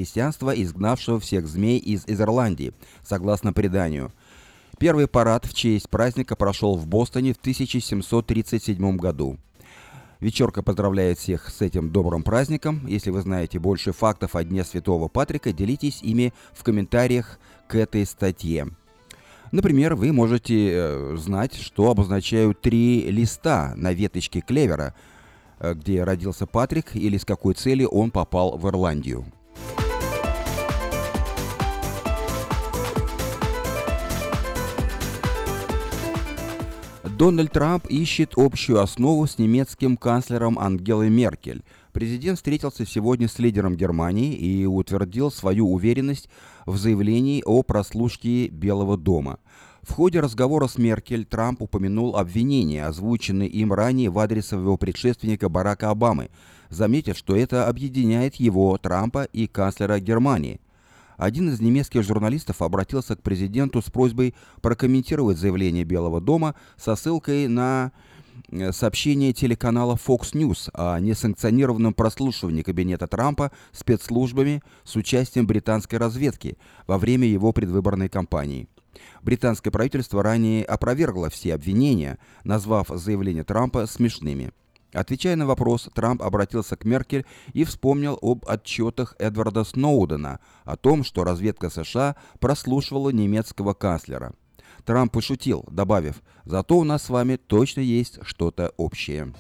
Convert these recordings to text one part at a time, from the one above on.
христианства, изгнавшего всех змей из Ирландии, согласно преданию. Первый парад в честь праздника прошел в Бостоне в 1737 году. Вечерка поздравляет всех с этим добрым праздником. Если вы знаете больше фактов о Дне Святого Патрика, делитесь ими в комментариях к этой статье. Например, вы можете знать, что обозначают 3 листа на веточке клевера, где родился Патрик, или с какой целью он попал в Ирландию. Дональд Трамп ищет общую основу с немецким канцлером Ангелой Меркель. Президент встретился сегодня с лидером Германии и утвердил свою уверенность в заявлении о прослушке Белого дома. В ходе разговора с Меркель Трамп упомянул обвинения, озвученные им ранее в адрес своего предшественника Барака Обамы, заметив, что это объединяет его, Трампа, и канцлера Германии. Один из немецких журналистов обратился к президенту с просьбой прокомментировать заявление Белого дома со ссылкой на сообщение телеканала Fox News о несанкционированном прослушивании кабинета Трампа спецслужбами с участием британской разведки во время его предвыборной кампании. Британское правительство ранее опровергло все обвинения, назвав заявления Трампа смешными. Отвечая на вопрос, Трамп обратился к Меркель и вспомнил об отчетах Эдварда Сноудена о том, что разведка США прослушивала немецкого канцлера. Трамп пошутил, добавив: «Зато у нас с вами точно есть что-то общее».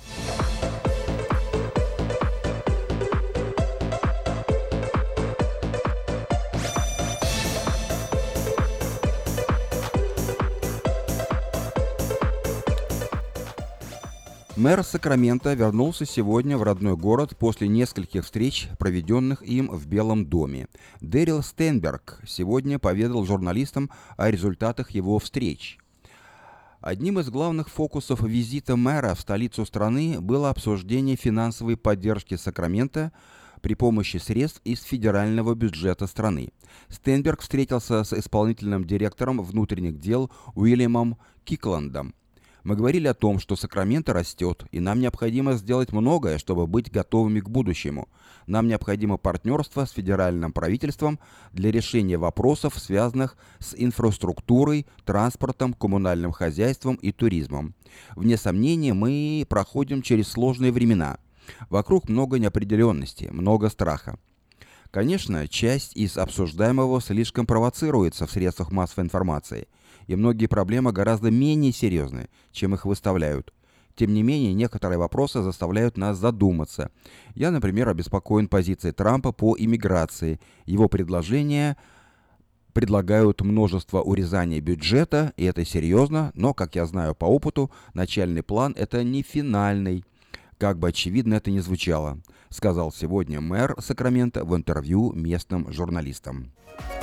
Мэр Сакраменто вернулся сегодня в родной город после нескольких встреч, проведенных им в Белом доме. Дэрил Стенберг сегодня поведал журналистам о результатах его встреч. Одним из главных фокусов визита мэра в столицу страны было обсуждение финансовой поддержки Сакраменто при помощи средств из федерального бюджета страны. Стенберг встретился с исполнительным директором внутренних дел Уильямом Кикландом. Мы говорили о том, что Сакраменто растет, и нам необходимо сделать многое, чтобы быть готовыми к будущему. Нам необходимо партнерство с федеральным правительством для решения вопросов, связанных с инфраструктурой, транспортом, коммунальным хозяйством и туризмом. Вне сомнения, мы проходим через сложные времена. Вокруг много неопределенности, много страха. Конечно, часть из обсуждаемого слишком провоцируется в средствах массовой информации, и многие проблемы гораздо менее серьезны, чем их выставляют. Тем не менее, некоторые вопросы заставляют нас задуматься. Я, например, обеспокоен позицией Трампа по иммиграции. Его предложения предлагают множество урезаний бюджета, и это серьезно, но, как я знаю по опыту, начальный план – это не финальный. Как бы очевидно это ни звучало, сказал сегодня мэр Сакраменто в интервью местным журналистам.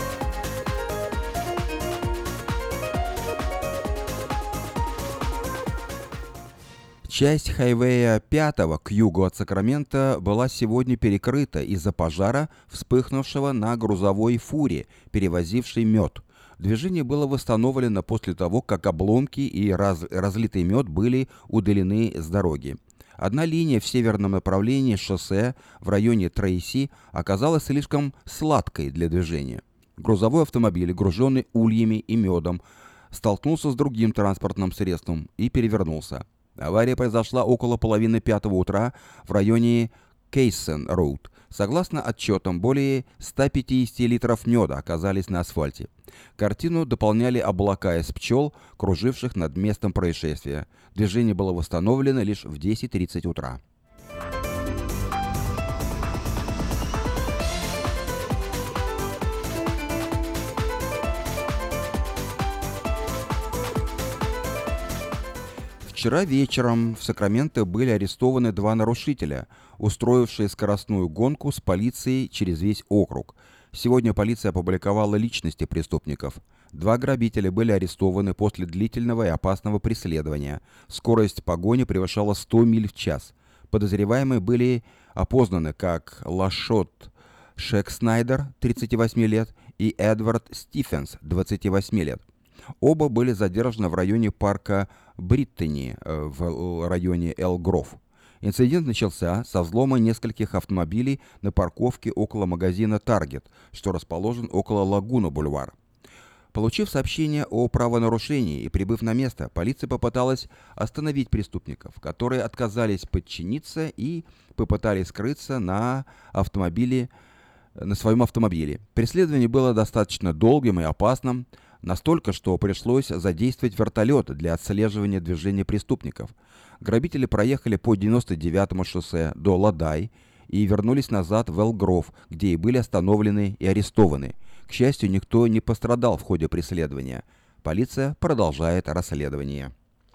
Часть хайвея 5 к югу от Сакрамента была сегодня перекрыта из-за пожара, вспыхнувшего на грузовой фуре, перевозившей мед. Движение было восстановлено после того, как обломки и разлитый мед были удалены с дороги. Одна линия в северном направлении шоссе в районе Трейси оказалась слишком сладкой для движения. Грузовой автомобиль, груженный ульями и медом, столкнулся с другим транспортным средством и перевернулся. Авария произошла около половины 5 утра в районе Кейсон-Роуд. Согласно отчетам, более 150 литров меда оказались на асфальте. Картину дополняли облака из пчел, круживших над местом происшествия. Движение было восстановлено лишь в 10:30 утра. Вчера вечером в Сакраменто были арестованы 2 нарушителя, устроившие скоростную гонку с полицией через весь округ. Сегодня полиция опубликовала личности преступников. 2 грабителя были арестованы после длительного и опасного преследования. Скорость погони превышала 100 миль в час. Подозреваемые были опознаны как Лашот Шекснайдер, 38 лет, и Эдвард Стивенс, 28 лет. Оба были задержаны в районе парка Бриттани в районе Эл-Гров. Инцидент начался со взлома нескольких автомобилей на парковке около магазина Target, что расположен около Лагуна-бульвар. Получив сообщение о правонарушении и прибыв на место, полиция попыталась остановить преступников, которые отказались подчиниться и попытались скрыться на своем автомобиле. Преследование было достаточно долгим и опасным, настолько, что пришлось задействовать вертолет для отслеживания движения преступников. Грабители проехали по 99-му шоссе до Ладай и вернулись назад в Элгров, где и были остановлены и арестованы. К счастью, никто не пострадал в ходе преследования. Полиция продолжает расследование.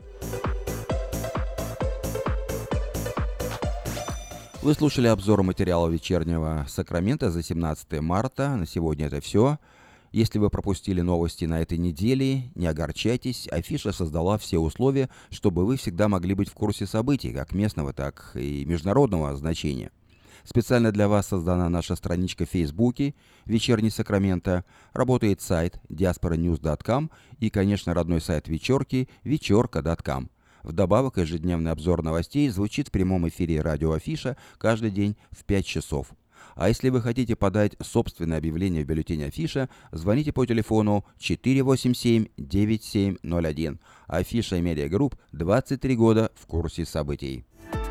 Вы слушали обзор материала вечернего Сакрамента за 17 марта. На сегодня это все. Если вы пропустили новости на этой неделе, не огорчайтесь. Афиша создала все условия, чтобы вы всегда могли быть в курсе событий, как местного, так и международного значения. Специально для вас создана наша страничка в Фейсбуке «Вечерний Сакраменто», работает сайт diasporanews.com и, конечно, родной сайт вечерки вечерка.com. Вдобавок, ежедневный обзор новостей звучит в прямом эфире радио Афиша каждый день в 5 часов. А если вы хотите подать собственное объявление в бюллетень Афиша, звоните по телефону 487-9701. Афиша Медиа Групп 23 года в курсе событий.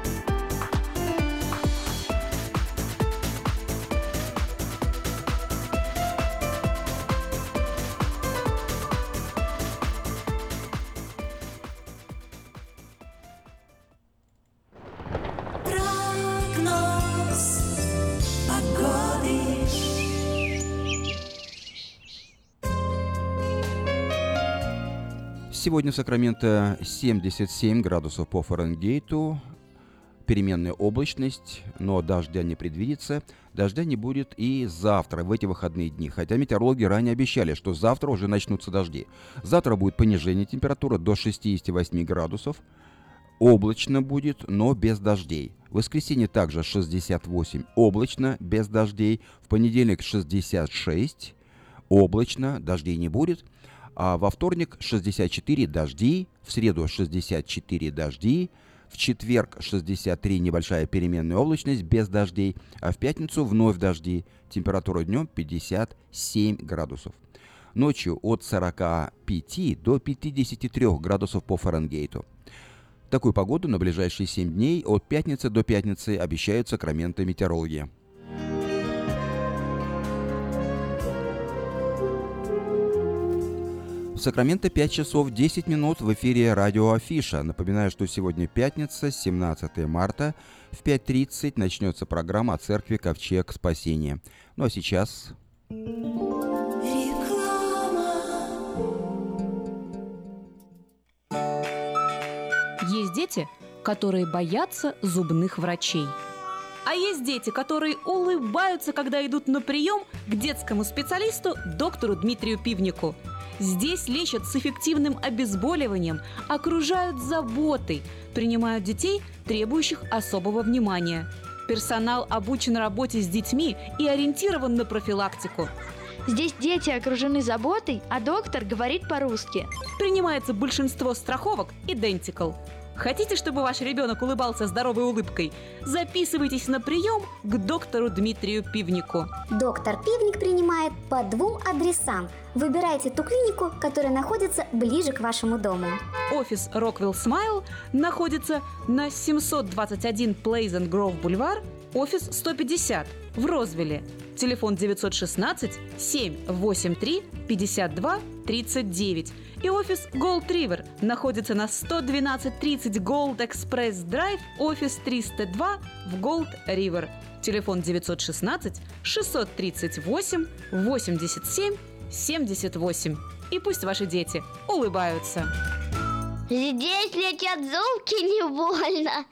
Сегодня в Сакраменто 77 градусов по Фаренгейту, переменная облачность, но дождя не предвидится. Дождя не будет и завтра, в эти выходные дни, хотя метеорологи ранее обещали, что завтра уже начнутся дожди. Завтра будет понижение температуры до 68 градусов, облачно будет, но без дождей. В воскресенье также 68, облачно, без дождей. В понедельник 66, облачно, дождей не будет. А во вторник 64 дожди, в среду 64 дожди, в четверг 63 небольшая переменная облачность без дождей, а в пятницу вновь дожди, температура днем 57 градусов. Ночью от 45 до 53 градусов по Фаренгейту. Такую погоду на ближайшие 7 дней от пятницы до пятницы обещают Сакраменто метеорологи. В Сакраменто 5 часов 10 минут в эфире радио Афиша. Напоминаю, что сегодня пятница, 17 марта. В 5:30 начнется программа о церкви Ковчег Спасения. Ну а сейчас... Есть дети, которые боятся зубных врачей. А есть дети, которые улыбаются, когда идут на прием к детскому специалисту доктору Дмитрию Пивнику. Здесь лечат с эффективным обезболиванием, окружают заботой, принимают детей, требующих особого внимания. Персонал обучен работе с детьми и ориентирован на профилактику. Здесь дети окружены заботой, а доктор говорит по-русски. Принимается большинство страховок Identical. Хотите, чтобы ваш ребенок улыбался здоровой улыбкой? Записывайтесь на прием к доктору Дмитрию Пивнику. Доктор Пивник принимает по 2 адресам. Выбирайте ту клинику, которая находится ближе к вашему дому. Офис Rockwell Smile находится на 721 Pleasant Grove Boulevard, офис 150 в Розвилле. Телефон 916-783-52-39. И офис Gold River находится на 11230 Gold Express Drive, офис 302 в Gold River. Телефон 916-638-87-78. И пусть ваши дети улыбаются. Здесь летят зубки, не больно.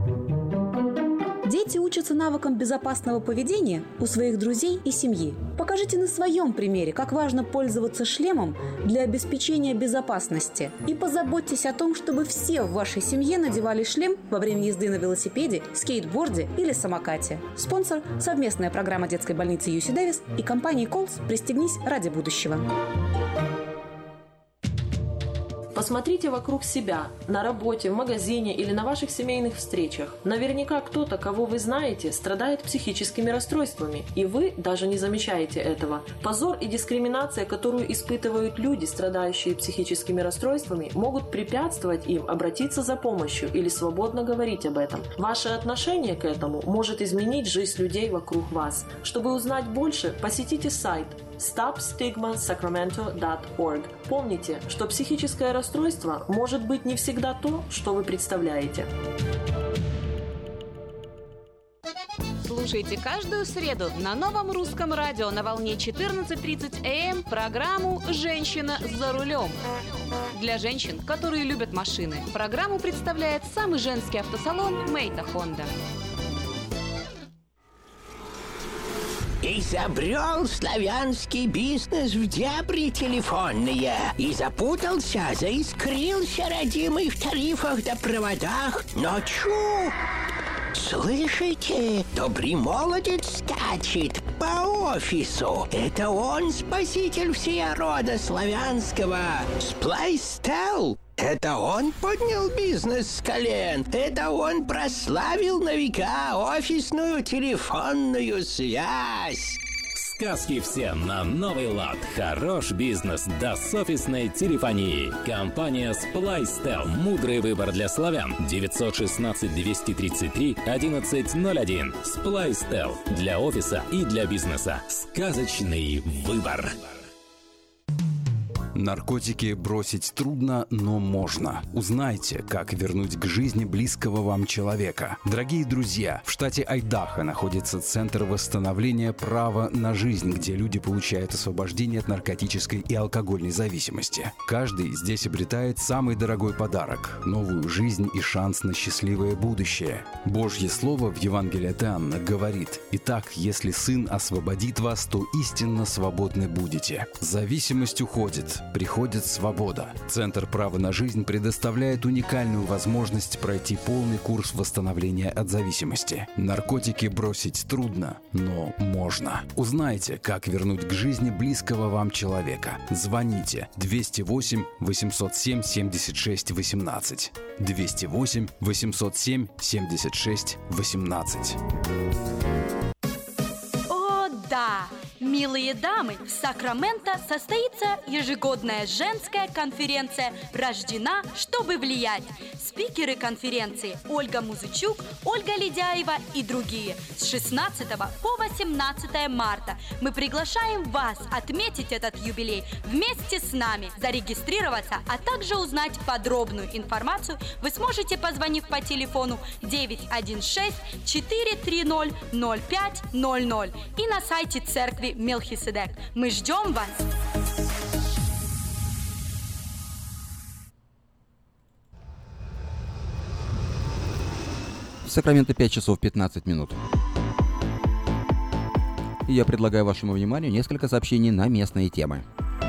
Дети учатся навыкам безопасного поведения у своих друзей и семьи. Покажите на своем примере, как важно пользоваться шлемом для обеспечения безопасности. И позаботьтесь о том, чтобы все в вашей семье надевали шлем во время езды на велосипеде, скейтборде или самокате. Спонсор – совместная программа детской больницы UC Davis и компании Колс «Пристегнись ради будущего». Посмотрите вокруг себя, на работе, в магазине или на ваших семейных встречах. Наверняка кто-то, кого вы знаете, страдает психическими расстройствами, и вы даже не замечаете этого. Позор и дискриминация, которую испытывают люди, страдающие психическими расстройствами, могут препятствовать им обратиться за помощью или свободно говорить об этом. Ваше отношение к этому может изменить жизнь людей вокруг вас. Чтобы узнать больше, посетите сайт stopstigmasacramento.org. Помните, что психическое расстройство может быть не всегда то, что вы представляете. Слушайте каждую среду на Новом русском радио на волне 14:30 АМ программу «Женщина за рулем». Для женщин, которые любят машины, программу представляет самый женский автосалон «Мейта Хонда». Изобрел славянский бизнес в дебри телефонные и запутался, заискрился родимый в тарифах да проводах. Но чу! Слышите? Добрый молодец скачет по офису. Это он спаситель всея рода славянского. Сплайстел. Это он поднял бизнес с колен. Это он прославил на века офисную телефонную связь. Сказки все на новый лад. Хорош бизнес да с офисной телефонии. Компания Splystel. Мудрый выбор для славян. 916-233-1101. Splystel. Для офиса и для бизнеса. Сказочный выбор. Наркотики бросить трудно, но можно. Узнайте, как вернуть к жизни близкого вам человека. Дорогие друзья, в штате Айдахо находится Центр восстановления права на жизнь, где люди получают освобождение от наркотической и алкогольной зависимости. Каждый здесь обретает самый дорогой подарок – новую жизнь и шанс на счастливое будущее. Божье Слово в Евангелии от Иоанна говорит: «Итак, если Сын освободит вас, то истинно свободны будете». Зависимость уходит. Приходит свобода. Центр права на жизнь предоставляет уникальную возможность пройти полный курс восстановления от зависимости. Наркотики бросить трудно, но можно. Узнайте, как вернуть к жизни близкого вам человека. Звоните 208 807 76 18. 208 807 76 18. О, да! Милые дамы, в Сакраменто состоится ежегодная женская конференция «Рождена, чтобы влиять». Спикеры конференции Ольга Музычук, Ольга Ледяева и другие. С 16 по 18 марта мы приглашаем вас отметить этот юбилей вместе с нами. Зарегистрироваться, а также узнать подробную информацию вы сможете, позвонив по телефону 916-430-0500 и на сайте церкви Мелхиседек. Мы ждем вас! В Сакраменто 5 часов 15 минут. И я предлагаю вашему вниманию несколько сообщений на местные темы.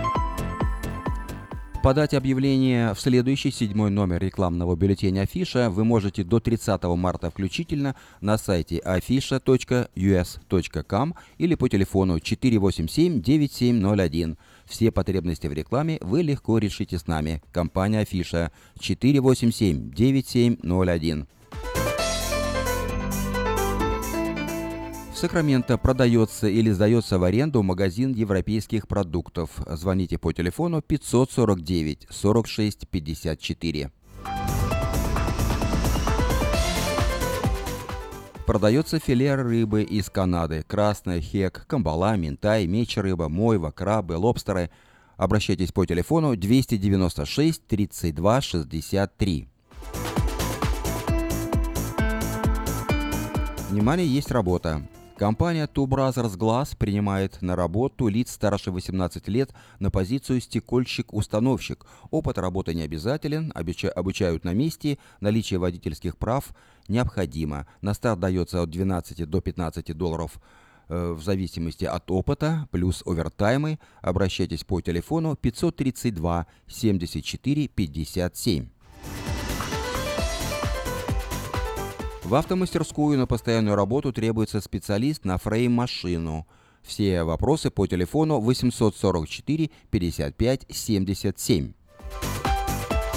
Подать объявление в следующий 7-й номер рекламного бюллетеня Афиша вы можете до 30 марта включительно на сайте afisha.us.com или по телефону 487-9701. Все потребности в рекламе вы легко решите с нами. Компания Афиша 487-9701. В Сакраменто продается или сдается в аренду магазин европейских продуктов. Звоните по телефону 549 46 54. Продается филе рыбы из Канады. Красная, хек, камбала, минтай, меч рыба, мойва, крабы, лобстеры. Обращайтесь по телефону 296 32 63. Внимание, есть работа. Компания Two Brothers Glass принимает на работу лиц старше 18 лет на позицию стекольщик-установщик. Опыт работы не обязателен, обучают на месте, наличие водительских прав необходимо. На старт дается от 12 до 15 долларов в зависимости от опыта, плюс овертаймы. Обращайтесь по телефону 532 74 57. В автомастерскую на постоянную работу требуется специалист на фрейм-машину. Все вопросы по телефону 844 55 77.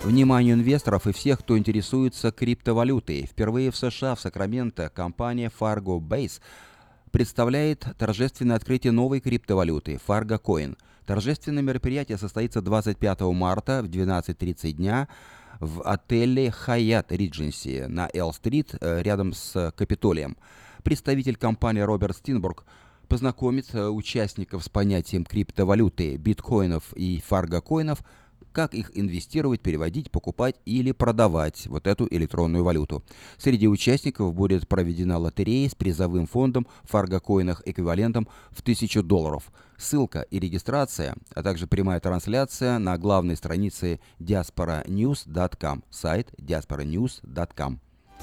Вниманию инвесторов и всех, кто интересуется криптовалютой. Впервые в США, в Сакраменто, компания Fargo Base представляет торжественное открытие новой криптовалюты Fargo Coin. Торжественное мероприятие состоится 25 марта в 12:30 дня в отеле Hyatt Regency на Эл-стрит рядом с Капитолием. Представитель компании Роберт Стинбург познакомит участников с понятием криптовалюты, биткоинов и фаргокоинов, как их инвестировать, переводить, покупать или продавать вот эту электронную валюту. Среди участников будет проведена лотерея с призовым фондом в фаргокоинах эквивалентом в $1000. Ссылка и регистрация, а также прямая трансляция на главной странице diasporanews.com, сайт diasporanews.com.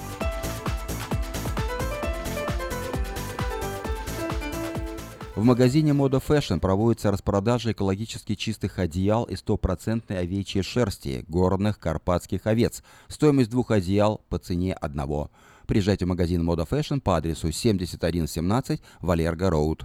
В магазине Moda Fashion проводится распродажа экологически чистых одеял из 100% овечьей шерсти горных карпатских овец. Стоимость 2 одеял по цене одного. Приезжайте в магазин Moda Fashion по адресу 7117 Валерго Роуд.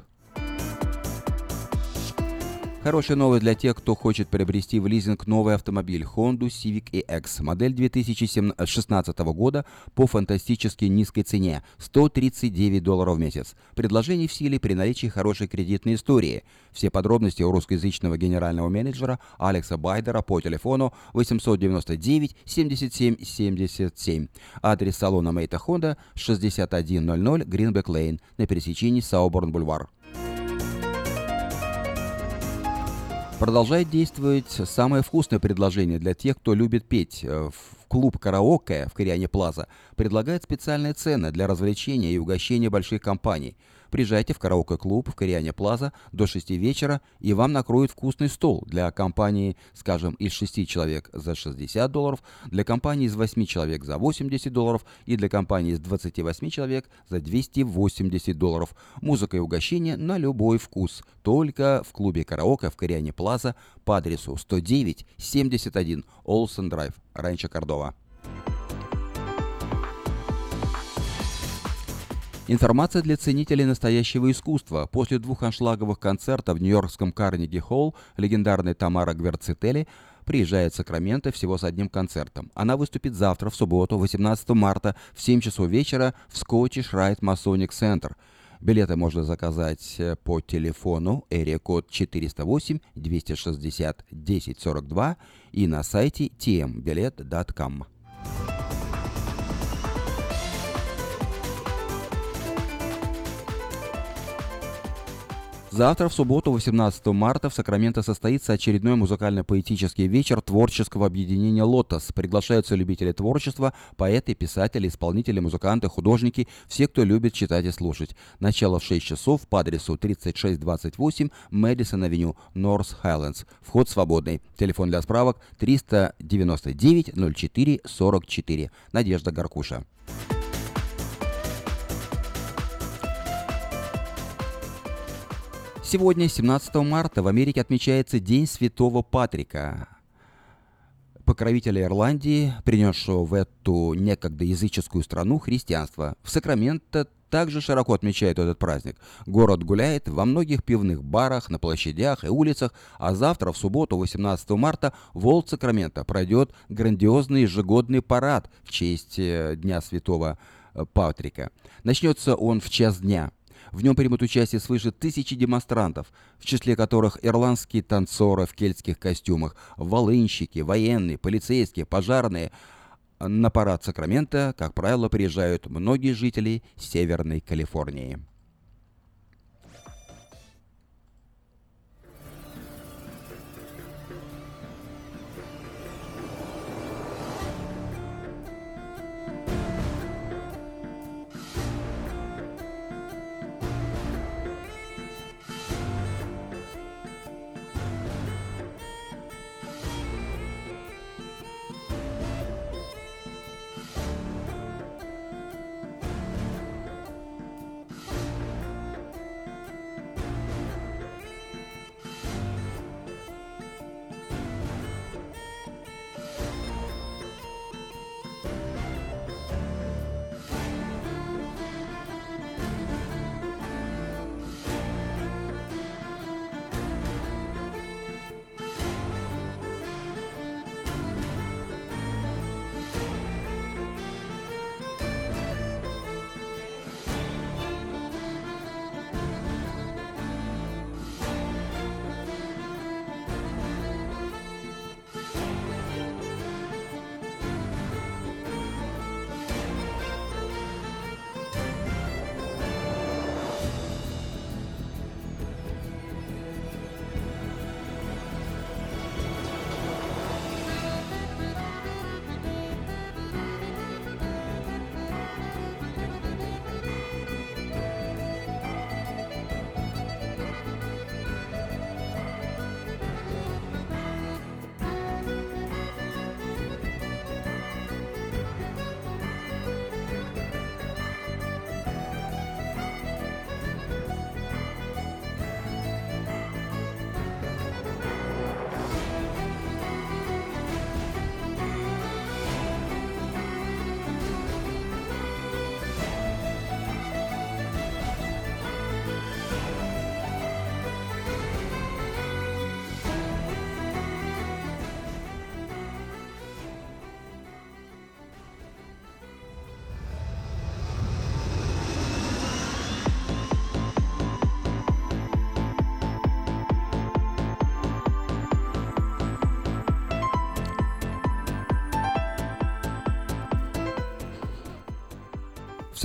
Хорошая новость для тех, кто хочет приобрести в лизинг новый автомобиль Honda Civic EX, модель 2016 года по фантастически низкой цене – $139 в месяц. Предложение в силе при наличии хорошей кредитной истории. Все подробности у русскоязычного генерального менеджера Алекса Байдера по телефону 899 77 77. Адрес салона Мэйта Honda 6100 Greenback Lane на пересечении Сауборн-Бульвар. Продолжает действовать самое вкусное предложение для тех, кто любит петь. В клуб «Караоке» в Кориане Плаза предлагает специальные цены для развлечения и угощения больших компаний. Приезжайте в караоке-клуб в Кориане Плаза до 6 вечера, и вам накроют вкусный стол для компании, скажем, из 6 человек за $60, для компании из 8 человек за $80 и для компании из 28 человек за $280. Музыка и угощение на любой вкус. Только в клубе «Караоке» в Кориане Плаза по адресу 109-71 Олсен Драйв, Ранчо Кордова. Информация для ценителей настоящего искусства. После 2 аншлаговых концертов в нью-йоркском Карнеги-Холл легендарная Тамара Гверцители приезжает в Сакраменто всего с одним концертом. Она выступит завтра, в субботу, 18 марта, в 7 часов вечера в Scottish Rite Masonic Center. Билеты можно заказать по телефону area-код 408-260-1042 и на сайте tmbilet.com. Завтра, в субботу, 18 марта, в Сакраменто состоится очередной музыкально-поэтический вечер творческого объединения «Лотос». Приглашаются любители творчества, поэты, писатели, исполнители, музыканты, художники, все, кто любит читать и слушать. Начало в 6 часов по адресу 3628 Мэдисон-авеню, Норс Хайлендс. Вход свободный. Телефон для справок 399 04 44. Надежда Горкуша. Сегодня, 17 марта, в Америке отмечается День Святого Патрика, покровителя Ирландии, принесшего в эту некогда языческую страну христианство. В Сакраменто также широко отмечают этот праздник. Город гуляет во многих пивных барах, на площадях и улицах, а завтра, в субботу, 18 марта, в Олд Сакраменто пройдет грандиозный ежегодный парад в честь Дня Святого Патрика. Начнется он в час дня. В нем примут участие свыше 1000 демонстрантов, в числе которых ирландские танцоры в кельтских костюмах, волынщики, военные, полицейские, пожарные. На парад Сакраменто, как правило, приезжают многие жители Северной Калифорнии.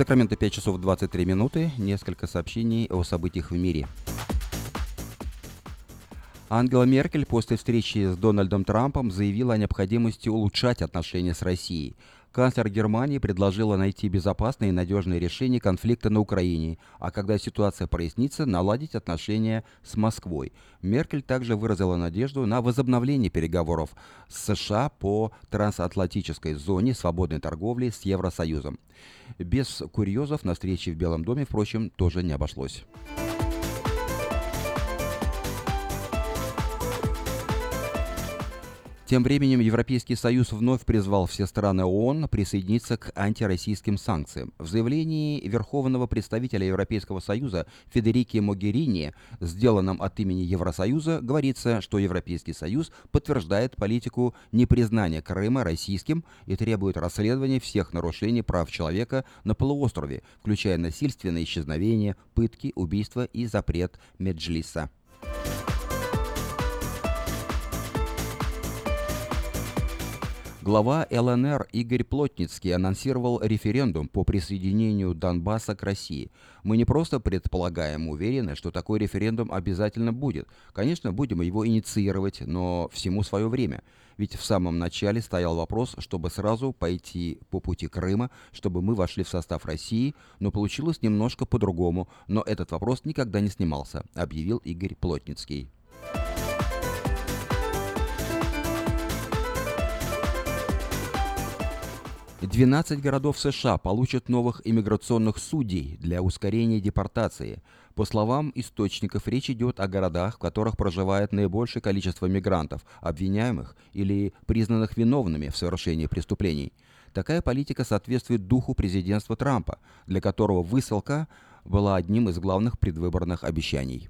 Сакраменто 5 часов 23 минуты. Несколько сообщений о событиях в мире. Ангела Меркель после встречи с Дональдом Трампом заявила о необходимости улучшать отношения с Россией. Канцлер Германии предложила найти безопасное и надежное решение конфликта на Украине, а когда ситуация прояснится, наладить отношения с Москвой. Меркель также выразила надежду на возобновление переговоров с США по трансатлантической зоне свободной торговли с Евросоюзом. Без курьезов на встрече в Белом доме, впрочем, тоже не обошлось. Тем временем Европейский Союз вновь призвал все страны ООН присоединиться к антироссийским санкциям. В заявлении Верховного представителя Европейского Союза Федерики Могерини, сделанном от имени Евросоюза, говорится, что Европейский Союз подтверждает политику непризнания Крыма российским и требует расследования всех нарушений прав человека на полуострове, включая насильственное исчезновение, пытки, убийства и запрет Меджлиса. Глава ЛНР Игорь Плотницкий анонсировал референдум по присоединению Донбасса к России. Мы не просто предполагаем, уверены, что такой референдум обязательно будет. Конечно, будем его инициировать, но всему свое время. Ведь в самом начале стоял вопрос, чтобы сразу пойти по пути Крыма, чтобы мы вошли в состав России, но получилось немножко по-другому. Но этот вопрос никогда не снимался, объявил Игорь Плотницкий. 12 городов США получат новых иммиграционных судей для ускорения депортации. По словам источников, речь идет о городах, в которых проживает наибольшее количество мигрантов, обвиняемых или признанных виновными в совершении преступлений. Такая политика соответствует духу президентства Трампа, для которого высылка была одним из главных предвыборных обещаний.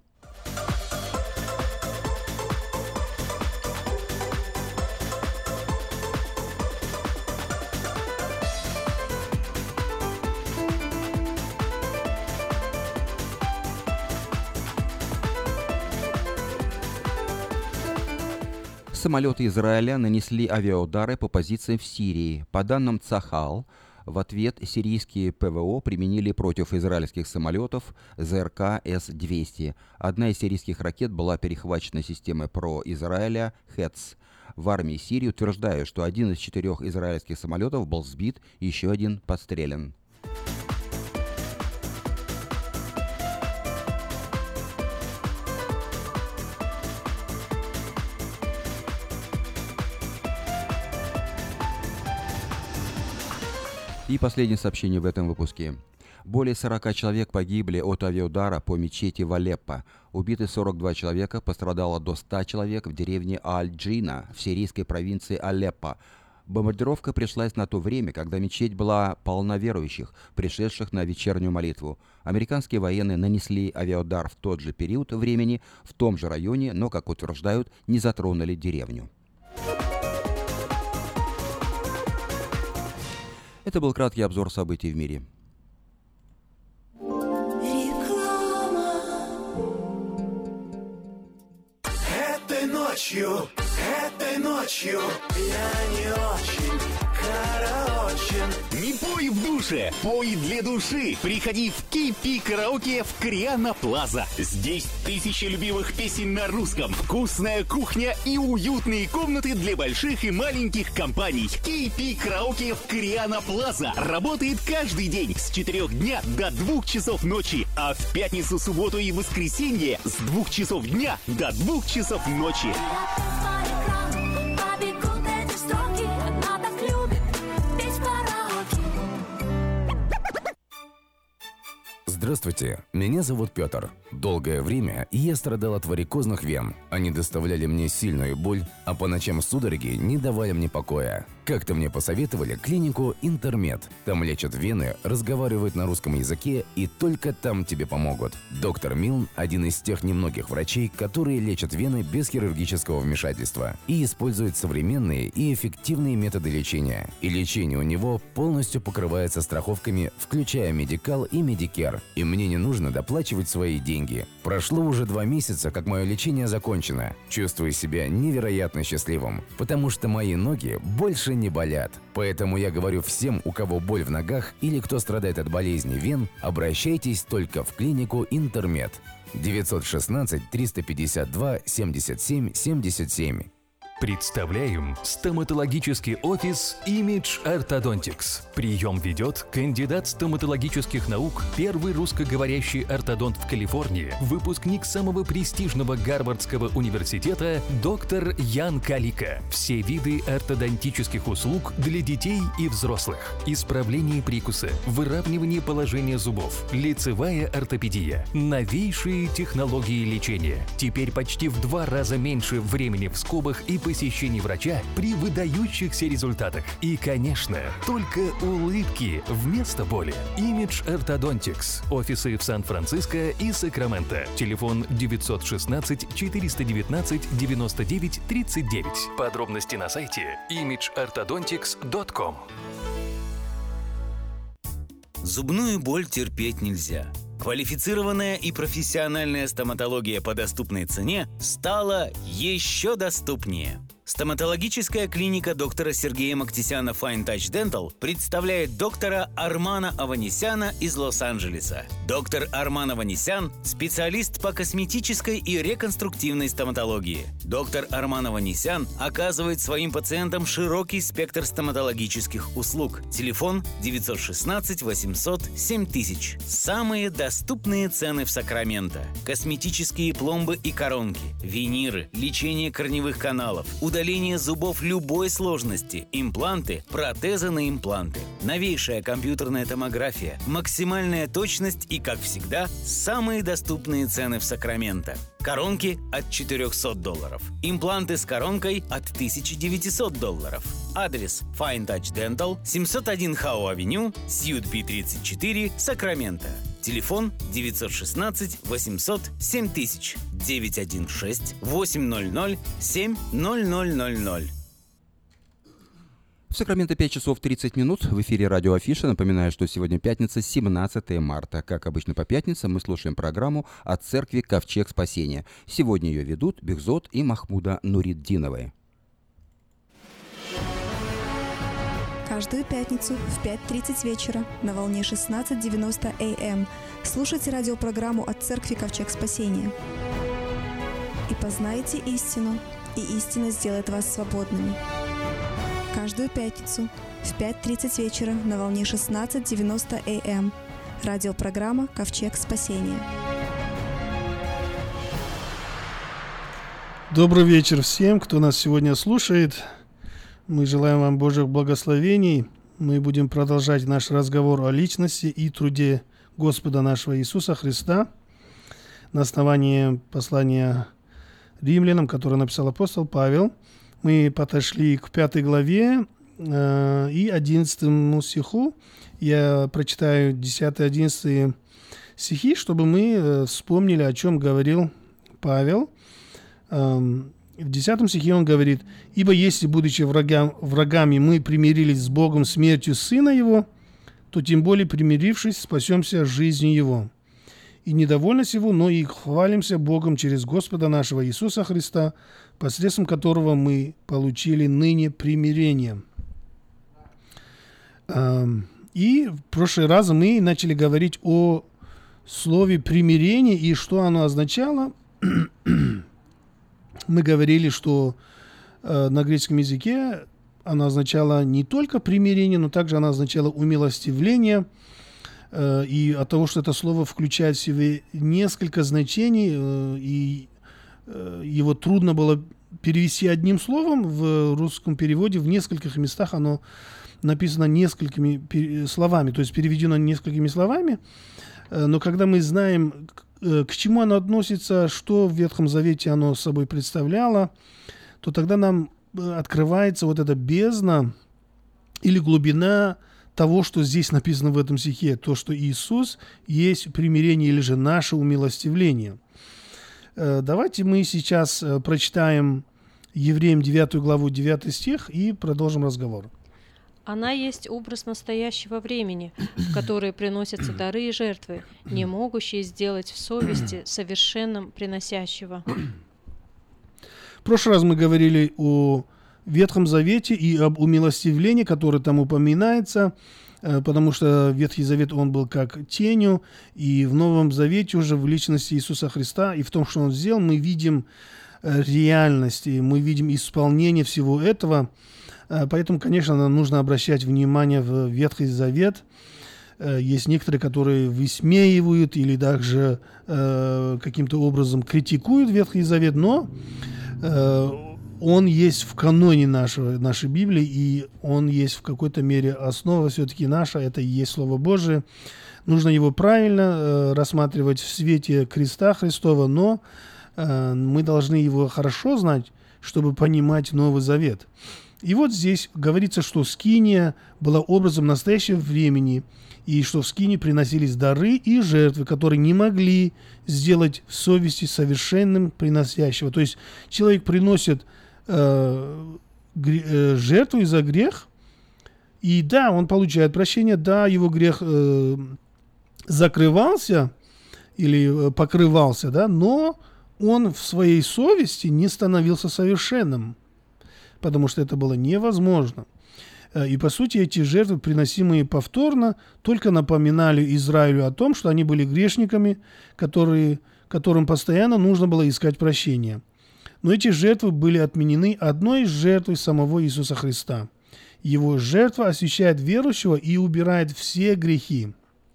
Самолеты Израиля нанесли авиаудары по позициям в Сирии. По данным Цахал, в ответ сирийские ПВО применили против израильских самолетов ЗРК С-200. Одна из сирийских ракет была перехвачена системой ПРО Израиля «Хетс». В армии Сирии утверждают, что один из 4 израильских самолетов был сбит, еще один подстрелен. И последнее сообщение в этом выпуске. Более 40 человек погибли от авиаудара по мечети в Алеппо. Убиты 42 человека, пострадало до 100 человек в деревне Аль-Джина в сирийской провинции Алеппо. Бомбардировка пришлась на то время, когда мечеть была полна верующих, пришедших на вечернюю молитву. Американские военные нанесли авиаудар в тот же период времени, в том же районе, но, как утверждают, не затронули деревню. Это был краткий обзор событий в мире. Этой ночью я не очень караочен. Не пой в душе, пой для души. Приходи в KP Караоке в Кориана Плаза. Здесь тысячи любимых песен на русском, вкусная кухня и уютные комнаты для больших и маленьких компаний. KP Караоке в Кориана Плаза работает каждый день с 4 дня до 2 часов ночи, а в пятницу, субботу и воскресенье с 2 часов дня до 2 часов ночи. Здравствуйте, меня зовут Петр. Долгое время я страдал от варикозных вен. Они доставляли мне сильную боль, а по ночам судороги не давали мне покоя. Как-то мне посоветовали клинику «Интермед». Там лечат вены, разговаривают на русском языке и только там тебе помогут. Доктор Милн – один из тех немногих врачей, которые лечат вены без хирургического вмешательства и используют современные и эффективные методы лечения. И лечение у него полностью покрывается страховками, включая Медикал и Медикер. и мне не нужно доплачивать свои деньги. Прошло уже 2 месяца, как мое лечение закончено. Чувствую себя невероятно счастливым, потому что мои ноги больше не болят. Поэтому я говорю всем, у кого боль в ногах или кто страдает от болезни вен, обращайтесь только в клинику Интермед. 916 352 77 77. Представляем стоматологический офис Image Orthodontics. Прием ведет кандидат стоматологических наук, первый русскоговорящий ортодонт в Калифорнии, выпускник самого престижного Гарвардского университета доктор Ян Калика. Все виды ортодонтических услуг для детей и взрослых. Исправление прикуса, выравнивание положения зубов, лицевая ортопедия, новейшие технологии лечения. Теперь почти в 2 раза меньше времени в скобах и посещений врача при выдающихся результатах. И, конечно, только улыбки вместо боли. Image Orthodontics. Офисы в Сан-Франциско и Сакраменто. Телефон 916 419 99 39. Подробности на сайте imageorthodontics.com. Зубную боль терпеть нельзя. Квалифицированная и профессиональная стоматология по доступной цене стала еще доступнее. Стоматологическая клиника доктора Сергея Мактисяна Fine Touch Dental представляет доктора Армана Аванесяна из Лос-Анджелеса. Доктор Арман Аванесян – специалист по косметической и реконструктивной стоматологии. Доктор Арман Аванесян оказывает своим пациентам широкий спектр стоматологических услуг. Телефон 916 800 7000. Самые доступные цены в Сакраменто. Косметические пломбы и коронки, виниры, лечение корневых каналов, удаление зубов любой сложности, импланты, протезы на импланты, новейшая компьютерная томография, максимальная точность и, как всегда, самые доступные цены в Сакраменто. Коронки от $400, импланты с коронкой от $1900. Адрес Fine Touch Dental, 701 Хау-авеню, Сьют Пи-34, Сакраменто. Телефон 916 800 7000 916 800 7000. В Сакраменто 5 часов 30 минут. В эфире радио Афиша. Напоминаю, что сегодня пятница, 17 марта. Как обычно по пятницам мы слушаем программу от церкви «Ковчег спасения». Сегодня ее ведут Бехзот и Махмуда Нуриддиновы. Каждую пятницу в 5:30 вечера на волне 16:90 АМ слушайте радиопрограмму от церкви «Ковчег спасения». И познайте истину, и истина сделает вас свободными. Каждую пятницу в 5:30 вечера на волне 16:90 АМ радиопрограмма «Ковчег спасения». Добрый вечер всем, кто нас сегодня слушает. Мы желаем вам Божьих благословений. Мы будем продолжать наш разговор о личности и труде Господа нашего Иисуса Христа на основании послания римлянам, которое написал апостол Павел. Мы подошли к 5 главе и 11 стиху. Я прочитаю 10-11 стихи, чтобы мы вспомнили, о чем говорил Павел. В 10 стихе он говорит: «Ибо если, будучи врагами, мы примирились с Богом смертью Сына Его, то тем более, примирившись, спасемся жизнью Его. И недовольно сего, но и хвалимся Богом через Господа нашего Иисуса Христа, посредством которого мы получили ныне примирение». И в прошлый раз мы начали говорить о слове «примирение» и что оно означало. Мы говорили, что на греческом языке оно означало не только примирение, но также оно означало умилостивление. И от того, что это слово включает в себе несколько значений, и его трудно было перевести одним словом, в русском переводе в нескольких местах оно написано несколькими словами, то есть переведено несколькими словами. Но когда мы знаем, к чему оно относится, что в Ветхом Завете оно собой представляло, то тогда нам открывается вот эта бездна или глубина того, что здесь написано в этом стихе, то, что Иисус есть примирение или же наше умилостивление. Давайте мы сейчас прочитаем Евреям 9 главу 9 стих и продолжим разговор. Она есть образ настоящего времени, в который приносятся дары и жертвы, не могущие сделать в совести совершенным приносящего. В прошлый раз мы говорили о Ветхом Завете и об умилостивлении, которое там упоминается, потому что Ветхий Завет, он был как тенью, и в Новом Завете уже в личности Иисуса Христа и в том, что Он сделал, мы видим реальность, и мы видим исполнение всего этого. Поэтому, конечно, нам нужно обращать внимание в Ветхий Завет. Есть некоторые, которые высмеивают или даже каким-то образом критикуют Ветхий Завет, но он есть в каноне нашей Библии, и он есть в какой-то мере основа все-таки наша, это и есть Слово Божие. Нужно его правильно рассматривать в свете креста Христова, но мы должны его хорошо знать, чтобы понимать Новый Завет. И вот здесь говорится, что скиния была образом настоящего времени, и что в скинии приносились дары и жертвы, которые не могли сделать в совести совершенным приносящего. То есть человек приносит жертву из-за грех, и да, он получает прощение, да, его грех закрывался или покрывался, да, но он в своей совести не становился совершенным, потому что это было невозможно. И, по сути, эти жертвы, приносимые повторно, только напоминали Израилю о том, что они были грешниками, которым постоянно нужно было искать прощения. Но эти жертвы были отменены одной жертвой самого Иисуса Христа. Его жертва освящает верующего и убирает все грехи.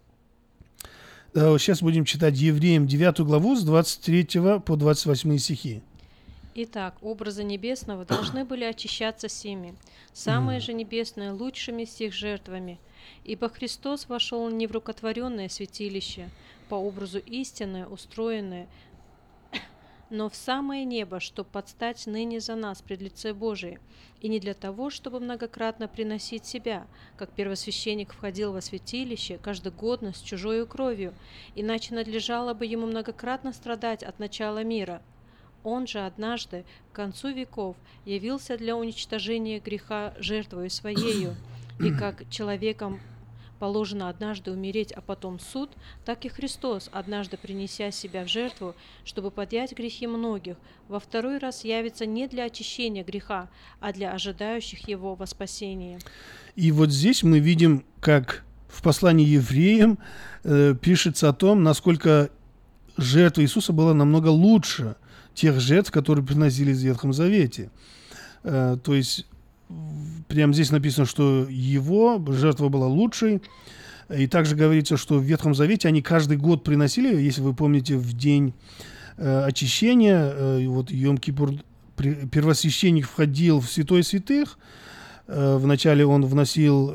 Сейчас будем читать Евреям 9 главу с 23 по 28 стихи. Итак, образы небесного должны были очищаться сими, самые же небесные лучшими всех жертвами. Ибо Христос вошел не в рукотворенное святилище, по образу истинное, устроенное, но в самое небо, чтобы подстать ныне за нас пред лице Божие, и не для того, чтобы многократно приносить себя, как первосвященник входил во святилище каждогодно с чужою кровью, иначе надлежало бы ему многократно страдать от начала мира. Он же однажды, к концу веков, явился для уничтожения греха жертвою своею, и как человеком положено однажды умереть, а потом суд, так и Христос, однажды принеся себя в жертву, чтобы поднять грехи многих, во второй раз явится не для очищения греха, а для ожидающих его во спасении. И вот здесь мы видим, как в послании евреям пишется о том, насколько жертва Иисуса была намного лучше тех жертв, которые приносились в Ветхом Завете. То есть прямо здесь написано, что его жертва была лучшей. И также говорится, что в Ветхом Завете они каждый год приносили, если вы помните, в день очищения, вот Йом-Кипур, первосвященник входил в Святое Святых. Вначале он вносил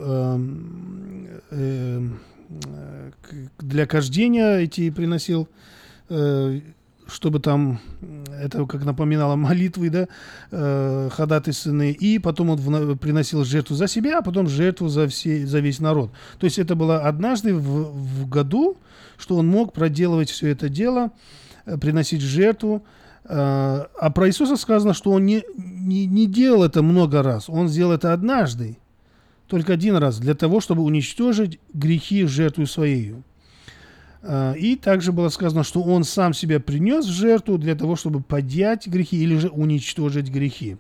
для кождения эти приносил, чтобы там, это как напоминало молитвы, да, ходатайственные, и потом он приносил жертву за себя, а потом жертву за весь народ. То есть это было однажды в году, что он мог проделывать все это дело, приносить жертву. А про Иисуса сказано, что он не делал это много раз, он сделал это однажды, только один раз, для того, чтобы уничтожить грехи жертвой своей. И также было сказано, что он сам себя принес в жертву для того, чтобы поднять грехи или же уничтожить грехи.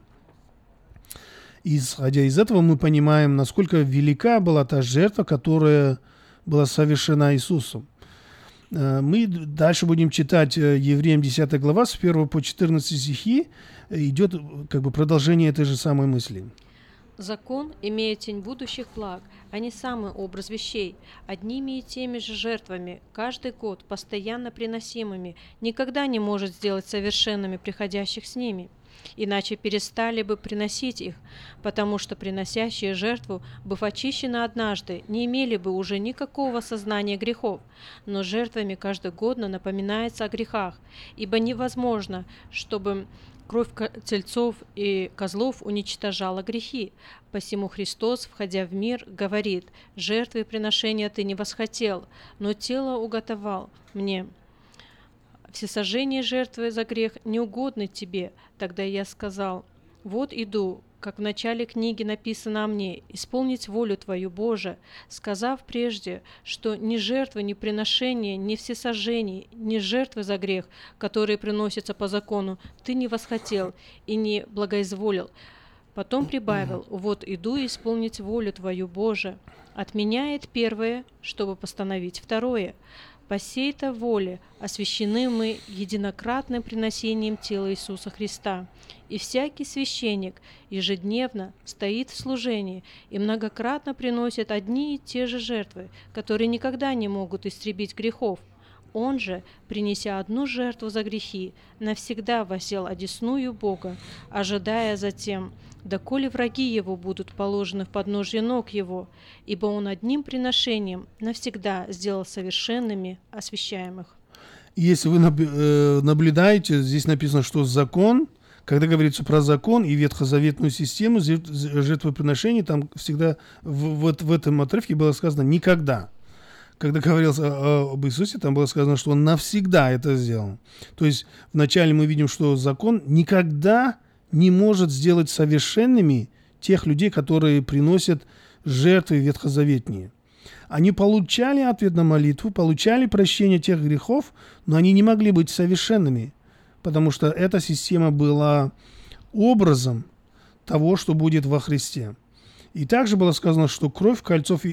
Исходя из этого мы понимаем, насколько велика была та жертва, которая была совершена Иисусом. Мы дальше будем читать Евреям 10 глава с 1 по 14 стихи. Идет как бы продолжение этой же самой мысли. Закон имеет тень будущих благ, а не самый образ вещей. Одними и теми же жертвами, каждый год постоянно приносимыми, никогда не может сделать совершенными приходящих с ними. Иначе перестали бы приносить их, потому что приносящие жертву, быв очищены однажды, не имели бы уже никакого сознания грехов, но жертвами каждогодно напоминается о грехах, ибо невозможно, чтобы кровь тельцов и козлов уничтожала грехи. Посему Христос, входя в мир, говорит: «Жертвы и приношения ты не восхотел, но тело уготовал мне. Всесожжение жертвы за грех не угодны тебе». Тогда я сказал: «Вот иду, как в начале книги написано о мне, исполнить волю Твою, Боже, сказав прежде, что ни жертвы, ни приношения, ни всесожжений, ни жертвы за грех, которые приносятся по закону, Ты не восхотел и не благоизволил. Потом прибавил: вот иду исполнить волю Твою, Боже. Отменяет первое, чтобы постановить второе. По сей-то воле освящены мы единократным приносением тела Иисуса Христа. И всякий священник ежедневно стоит в служении и многократно приносит одни и те же жертвы, которые никогда не могут истребить грехов. Он же, принеся одну жертву за грехи, навсегда воссел одесную Бога, ожидая затем, доколе враги его будут положены в подножье ног его, ибо он одним приношением навсегда сделал совершенными освящаемых. Если вы наблюдаете, здесь написано, что закон, когда говорится про закон и ветхозаветную систему жертвоприношений, там всегда в этом отрывке было сказано «никогда». Когда говорилось об Иисусе, там было сказано, что Он навсегда это сделал. То есть вначале мы видим, что закон никогда не может сделать совершенными тех людей, которые приносят жертвы ветхозаветные. Они получали ответ на молитву, получали прощение тех грехов, но они не могли быть совершенными, потому что эта система была образом того, что будет во Христе. И также было сказано, что кровь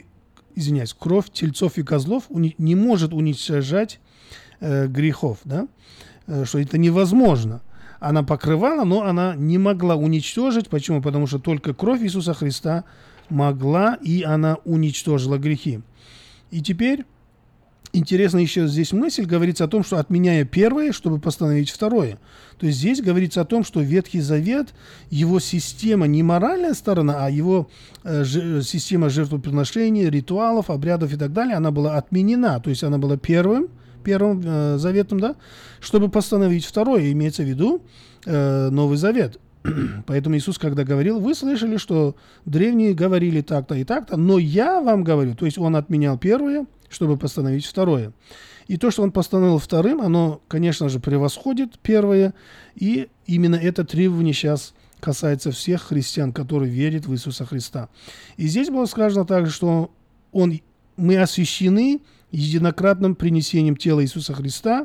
тельцов и козлов не может уничтожать грехов, да? Что это невозможно. Она покрывала, но она не могла уничтожить. Почему? Потому что только кровь Иисуса Христа могла, и она уничтожила грехи. И теперь интересно еще здесь мысль, говорится о том, что отменяя первое, чтобы постановить второе. То есть здесь говорится о том, что Ветхий Завет, его система, не моральная сторона, а его система жертвоприношений, ритуалов, обрядов и так далее, она была отменена. То есть она была первым заветом, да, чтобы постановить второе, имеется в виду Новый Завет. Поэтому Иисус, когда говорил, вы слышали, что древние говорили так-то и так-то, но я вам говорю, то есть Он отменял первое, чтобы постановить второе. И то, что Он постановил вторым, оно, конечно же, превосходит первое, и именно это требование сейчас касается всех христиан, которые верят в Иисуса Христа. И здесь было сказано также, что мы освящены единократным принесением тела Иисуса Христа,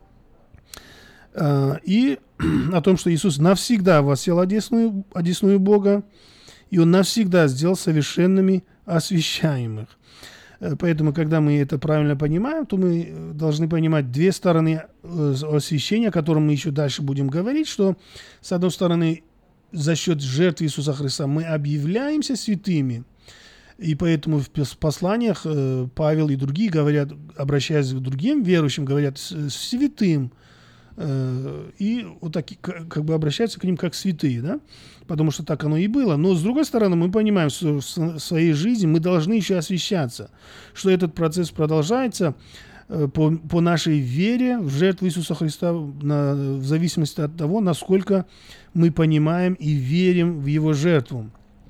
и о том, что Иисус навсегда воссел одесную Бога, и Он навсегда сделал совершенными освящаемых. Поэтому, когда мы это правильно понимаем, то мы должны понимать две стороны освящения, о котором мы еще дальше будем говорить, что, с одной стороны, за счет жертвы Иисуса Христа мы объявляемся святыми, и поэтому в посланиях Павел и другие говорят, обращаясь к другим верующим, говорят святым, и вот так, как бы обращаются к ним как святые, да? Потому что так оно и было. Но с другой стороны, мы понимаем, что в своей жизни мы должны еще освящаться, что этот процесс продолжается по нашей вере в жертву Иисуса Христа, в зависимости от того, насколько мы понимаем и верим в Его жертву.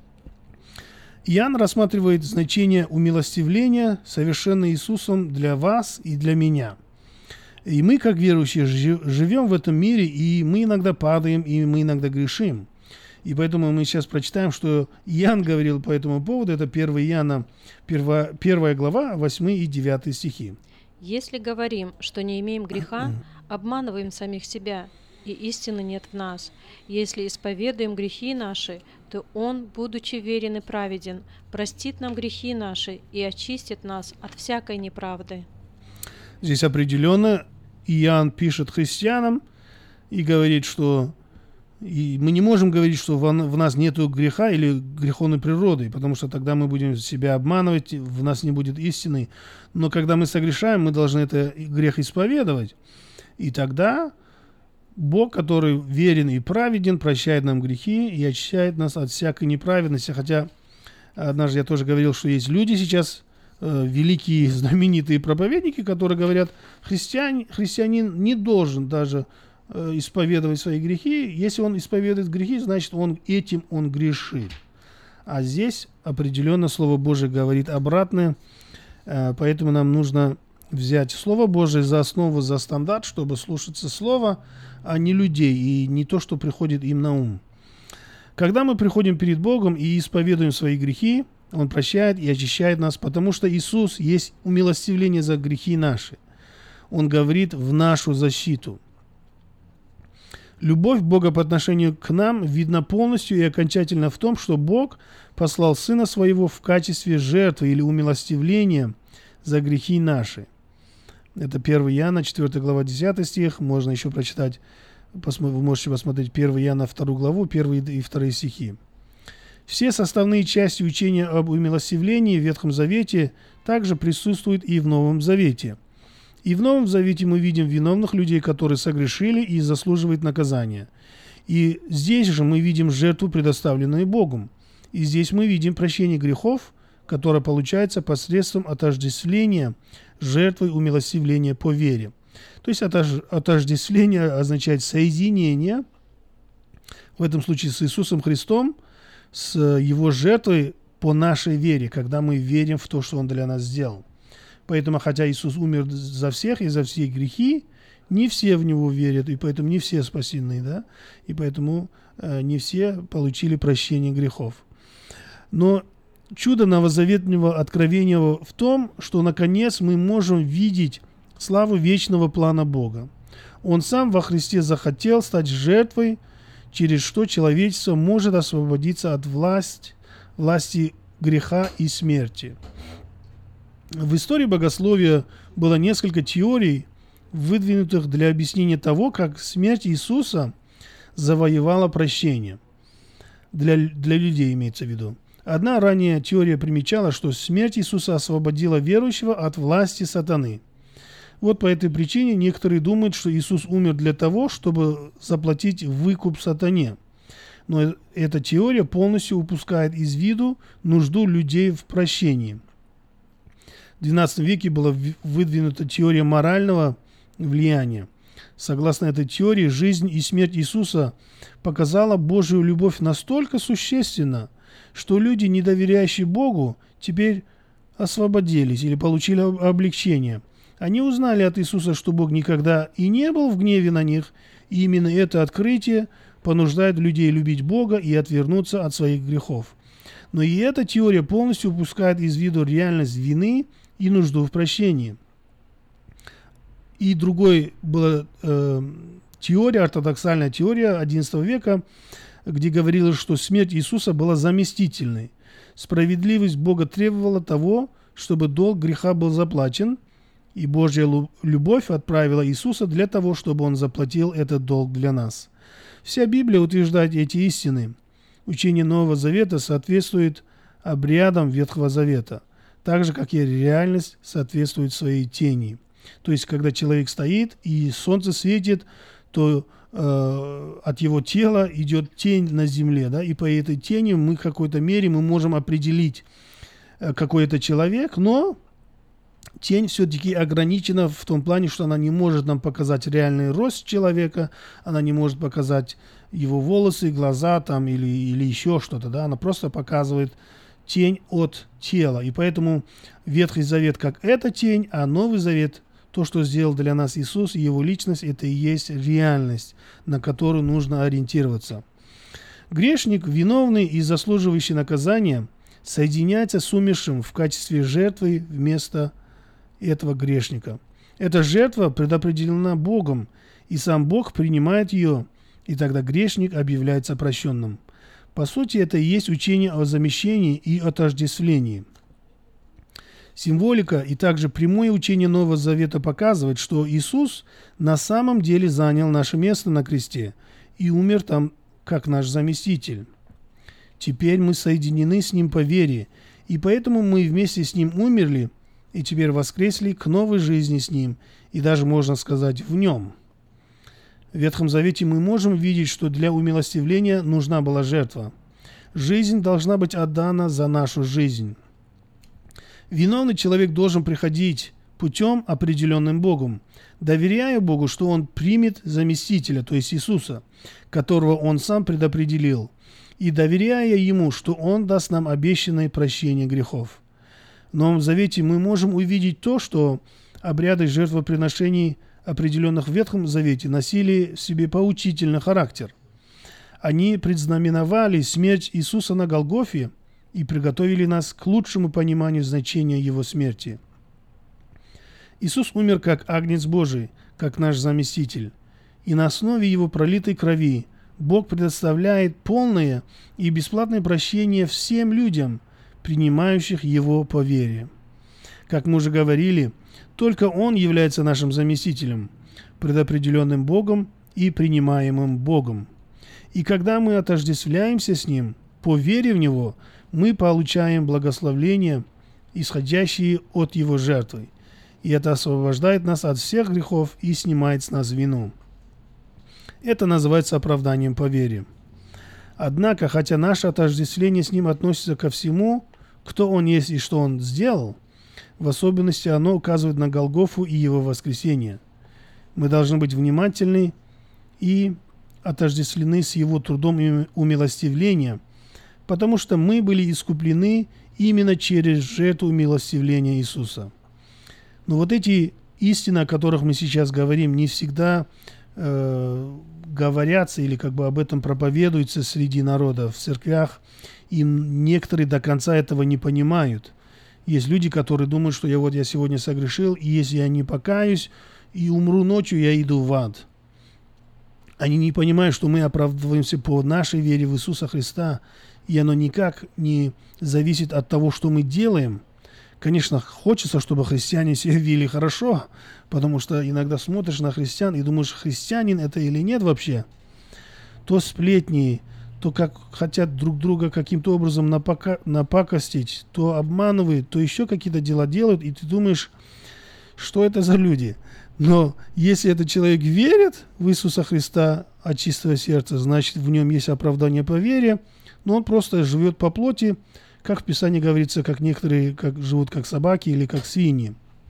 Иоанн рассматривает значение умилостивления, совершенное Иисусом для вас и для меня. И мы, как верующие, живем в этом мире, и мы иногда падаем, и мы иногда грешим. И поэтому мы сейчас прочитаем, что Иоанн говорил по этому поводу. Это 1 Иоанна, 1 глава, 8 и 9 стихи. «Если говорим, что не имеем греха, обманываем самих себя, и истины нет в нас. Если исповедуем грехи наши, то Он, будучи верен и праведен, простит нам грехи наши и очистит нас от всякой неправды». Здесь определенно Иоанн пишет христианам и говорит, что мы не можем говорить, что в нас нет греха или греховной природы, потому что тогда мы будем себя обманывать, в нас не будет истины. Но когда мы согрешаем, мы должны этот грех исповедовать. И тогда Бог, который верен и праведен, прощает нам грехи и очищает нас от всякой неправедности. Хотя однажды я тоже говорил, что есть люди сейчас, великие знаменитые проповедники, которые говорят, христианин не должен даже исповедовать свои грехи. Если он исповедует грехи, значит, он грешит. А здесь определенно Слово Божие говорит обратное, поэтому нам нужно взять Слово Божие за основу, за стандарт, чтобы слушаться Слова, а не людей, и не то, что приходит им на ум. Когда мы приходим перед Богом и исповедуем свои грехи, Он прощает и очищает нас, потому что Иисус есть умилостивление за грехи наши. Он говорит в нашу защиту. Любовь Бога по отношению к нам видна полностью и окончательно в том, что Бог послал Сына Своего в качестве жертвы или умилостивления за грехи наши. Это 1 Иоанна, 4 глава, 10 стих. Можно еще прочитать, вы можете посмотреть 1 Иоанна, 2 главу, 1 и 2 стихи. Все составные части учения об умилостивлении в Ветхом Завете также присутствуют и в Новом Завете. И в Новом Завете мы видим виновных людей, которые согрешили и заслуживают наказания. И здесь же мы видим жертву, предоставленную Богом. И здесь мы видим прощение грехов, которое получается посредством отождествления жертвой умилостивления по вере. То есть отождествление означает соединение, в этом случае с Иисусом Христом, с Его жертвой по нашей вере, когда мы верим в то, что Он для нас сделал. Поэтому, хотя Иисус умер за всех и за все грехи, не все в Него верят, и поэтому не все спасены, да? И поэтому не все получили прощение грехов. Но чудо новозаветного откровения в том, что, наконец, мы можем видеть славу вечного плана Бога. Он сам во Христе захотел стать жертвой, через что человечество может освободиться от власти греха и смерти. В истории богословия было несколько теорий, выдвинутых для объяснения того, как смерть Иисуса завоевала прощение. Для людей имеется в виду. Одна ранняя теория примечала, что смерть Иисуса освободила верующего от власти сатаны. Вот по этой причине некоторые думают, что Иисус умер для того, чтобы заплатить выкуп сатане. Но эта теория полностью упускает из виду нужду людей в прощении. В XII веке была выдвинута теория морального влияния. Согласно этой теории, жизнь и смерть Иисуса показала Божию любовь настолько существенно, что люди, не доверяющие Богу, теперь освободились или получили облегчение. Они узнали от Иисуса, что Бог никогда и не был в гневе на них, и именно это открытие понуждает людей любить Бога и отвернуться от своих грехов. Но и эта теория полностью упускает из виду реальность вины и нужду в прощении. И другой была теория, ортодоксальная теория XI века, где говорилось, что смерть Иисуса была заместительной. Справедливость Бога требовала того, чтобы долг греха был заплачен, и Божья любовь отправила Иисуса для того, чтобы Он заплатил этот долг для нас. Вся Библия утверждает эти истины. Учение Нового Завета соответствует обрядам Ветхого Завета, так же, как и реальность соответствует своей тени. То есть, когда человек стоит и солнце светит, то от его тела идет тень на земле, да, и по этой тени мы в какой-то мере мы можем определить, какой это человек, но тень все-таки ограничена в том плане, что она не может нам показать реальный рост человека, она не может показать его волосы, глаза там, или еще что-то, да, она просто показывает тень от тела. И поэтому Ветхий Завет как эта тень, а Новый Завет, то, что сделал для нас Иисус и Его личность, это и есть реальность, на которую нужно ориентироваться. Грешник, виновный и заслуживающий наказания, соединяется с умершим в качестве жертвы вместо этого грешника. Эта жертва предопределена Богом, и сам Бог принимает ее, и тогда грешник объявляется прощенным. По сути, это и есть учение о замещении и отождествлении. Символика и также прямое учение Нового Завета показывает, что Иисус на самом деле занял наше место на кресте и умер там как наш заместитель. Теперь мы соединены с Ним по вере, и поэтому мы вместе с Ним умерли и теперь воскресли к новой жизни с Ним, и даже, можно сказать, в Нем. В Ветхом Завете мы можем видеть, что для умилостивления нужна была жертва. Жизнь должна быть отдана за нашу жизнь. Виновный человек должен приходить путем, определенным Богом, доверяя Богу, что он примет заместителя, то есть Иисуса, которого он сам предопределил, и доверяя Ему, что Он даст нам обещанное прощение грехов. В Новом Завете мы можем увидеть то, что обряды жертвоприношений, определенных в Ветхом Завете, носили в себе поучительный характер. Они предзнаменовали смерть Иисуса на Голгофе и приготовили нас к лучшему пониманию значения Его смерти. Иисус умер как Агнец Божий, как наш заместитель. И на основе Его пролитой крови Бог предоставляет полное и бесплатное прощение всем людям, принимающих Его по вере. Как мы уже говорили, только Он является нашим заместителем, предопределенным Богом и принимаемым Богом. И когда мы отождествляемся с Ним, по вере в Него, мы получаем благословления, исходящие от Его жертвы. И это освобождает нас от всех грехов и снимает с нас вину. Это называется оправданием по вере. Однако, хотя наше отождествление с Ним относится ко всему, кто Он есть и что Он сделал, в особенности оно указывает на Голгофу и Его воскресение. Мы должны быть внимательны и отождествлены с Его трудом и умилостивлением, потому что мы были искуплены именно через жертву умилостивления Иисуса. Но вот эти истины, о которых мы сейчас говорим, не всегда говорятся или как бы об этом проповедуются среди народа в церквях, и некоторые до конца этого не понимают. Есть люди, которые думают, что я сегодня согрешил, и если я не покаюсь и умру ночью, я иду в ад. Они не понимают, что мы оправдываемся по нашей вере в Иисуса Христа, и оно никак не зависит от того, что мы делаем. Конечно, хочется, чтобы христиане себя вели хорошо, потому что иногда смотришь на христиан и думаешь, христианин это или нет вообще. То сплетни, то как хотят друг друга каким-то образом напакостить, то обманывают, то еще какие-то дела делают, и ты думаешь, что это за люди. Но если этот человек верит в Иисуса Христа от чистого сердца, значит в нем есть оправдание по вере, но он просто живет по плоти, как в Писании говорится, как некоторые живут как собаки или как свиньи.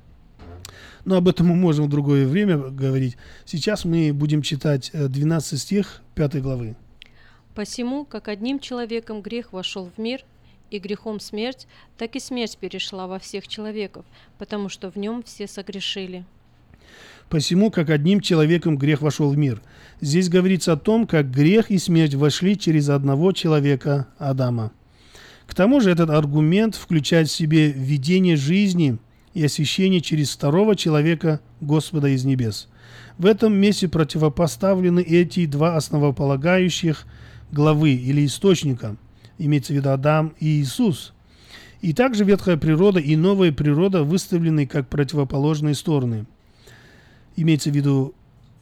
Но об этом мы можем в другое время говорить. Сейчас мы будем читать 12 стих 5 главы. «Посему, как одним человеком грех вошел в мир, и грехом смерть, так и смерть перешла во всех человеков, потому что в нем все согрешили». «Посему, как одним человеком грех вошел в мир». Здесь говорится о том, как грех и смерть вошли через одного человека, Адама. К тому же этот аргумент включает в себе видение жизни и освящение через второго человека, Господа из небес. В этом месте противопоставлены эти два основополагающих главы или источника, имеется в виду Адам и Иисус. И также ветхая природа и новая природа выставлены как противоположные стороны. Имеется в виду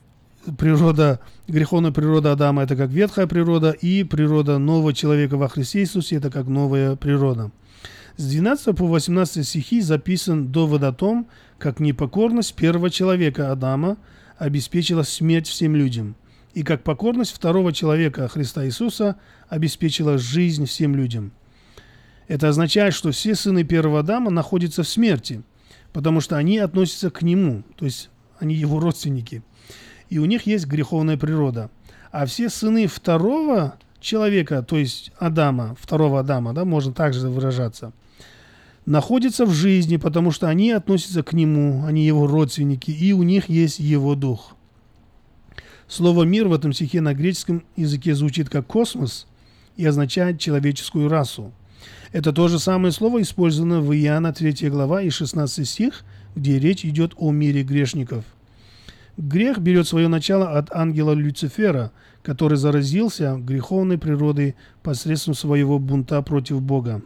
греховная природа Адама – это как ветхая природа, и природа нового человека во Христе Иисусе – это как новая природа. С 12 по 18 стихи записан довод о том, как непокорность первого человека Адама обеспечила смерть всем людям, и как покорность второго человека Христа Иисуса обеспечила жизнь всем людям. Это означает, что все сыны первого Адама находятся в смерти, потому что они относятся к нему, то есть они его родственники, и у них есть греховная природа. А все сыны второго человека, то есть Адама, второго Адама, да, можно также выражаться, находятся в жизни, потому что они относятся к нему, они его родственники, и у них есть его дух. Слово «мир» в этом стихе на греческом языке звучит как «космос» и означает человеческую расу. Это то же самое слово использовано в Иоанна 3 глава и 16 стих, где речь идет о мире грешников. Грех берет свое начало от ангела Люцифера, который заразился греховной природой посредством своего бунта против Бога.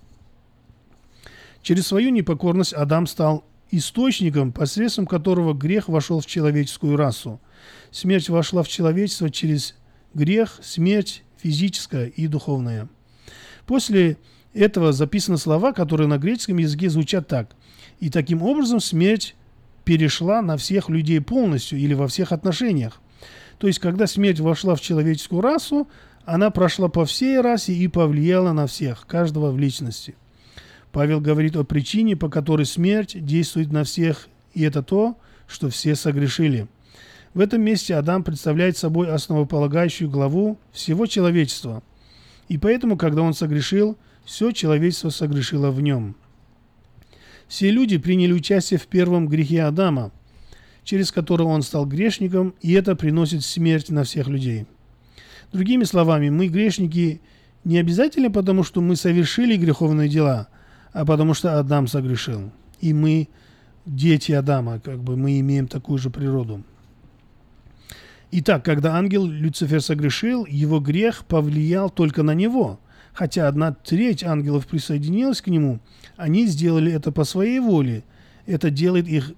Через свою непокорность Адам стал источником, посредством которого грех вошел в человеческую расу. Смерть вошла в человечество через грех, смерть физическая и духовная. После этого записаны слова, которые на греческом языке звучат так. И таким образом смерть перешла на всех людей полностью или во всех отношениях. То есть, когда смерть вошла в человеческую расу, она прошла по всей расе и повлияла на всех, каждого в личности. Павел говорит о причине, по которой смерть действует на всех, и это то, что все согрешили. В этом месте Адам представляет собой основополагающую главу всего человечества. И поэтому, когда он согрешил, все человечество согрешило в нем. Все люди приняли участие в первом грехе Адама, через которого он стал грешником, и это приносит смерть на всех людей. Другими словами, мы грешники не обязательно потому, что мы совершили греховные дела, а потому что Адам согрешил. И мы дети Адама, как бы мы имеем такую же природу. Итак, когда ангел Люцифер согрешил, его грех повлиял только на него. Хотя 1/3 ангелов присоединилась к нему, они сделали это по своей воле. Это делает их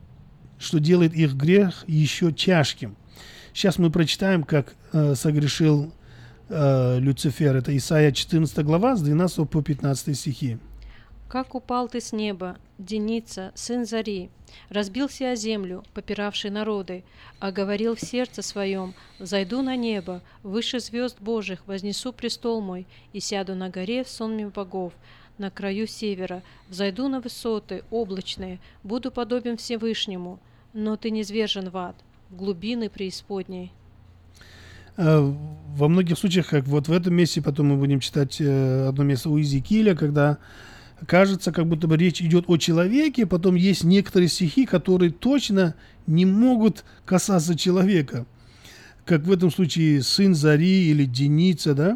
грех еще тяжким. Сейчас мы прочитаем, как согрешил Люцифер. Это Исайя 14 глава, с 12 по 15 стихи. «Как упал ты с неба, Деница, сын Зари, разбился о землю, попиравший народы, а говорил в сердце своем: взойду на небо, выше звезд Божьих вознесу престол мой, и сяду на горе в сонме богов, на краю севера, взойду на высоты облачные, буду подобен Всевышнему, но ты низвержен в ад, в глубины преисподней». Во многих случаях, как вот в этом месте, потом мы будем читать одно место у Иезекииля, когда кажется, как будто бы речь идет о человеке, потом есть некоторые стихи, которые точно не могут касаться человека. Как в этом случае сын Зари или Деница, да,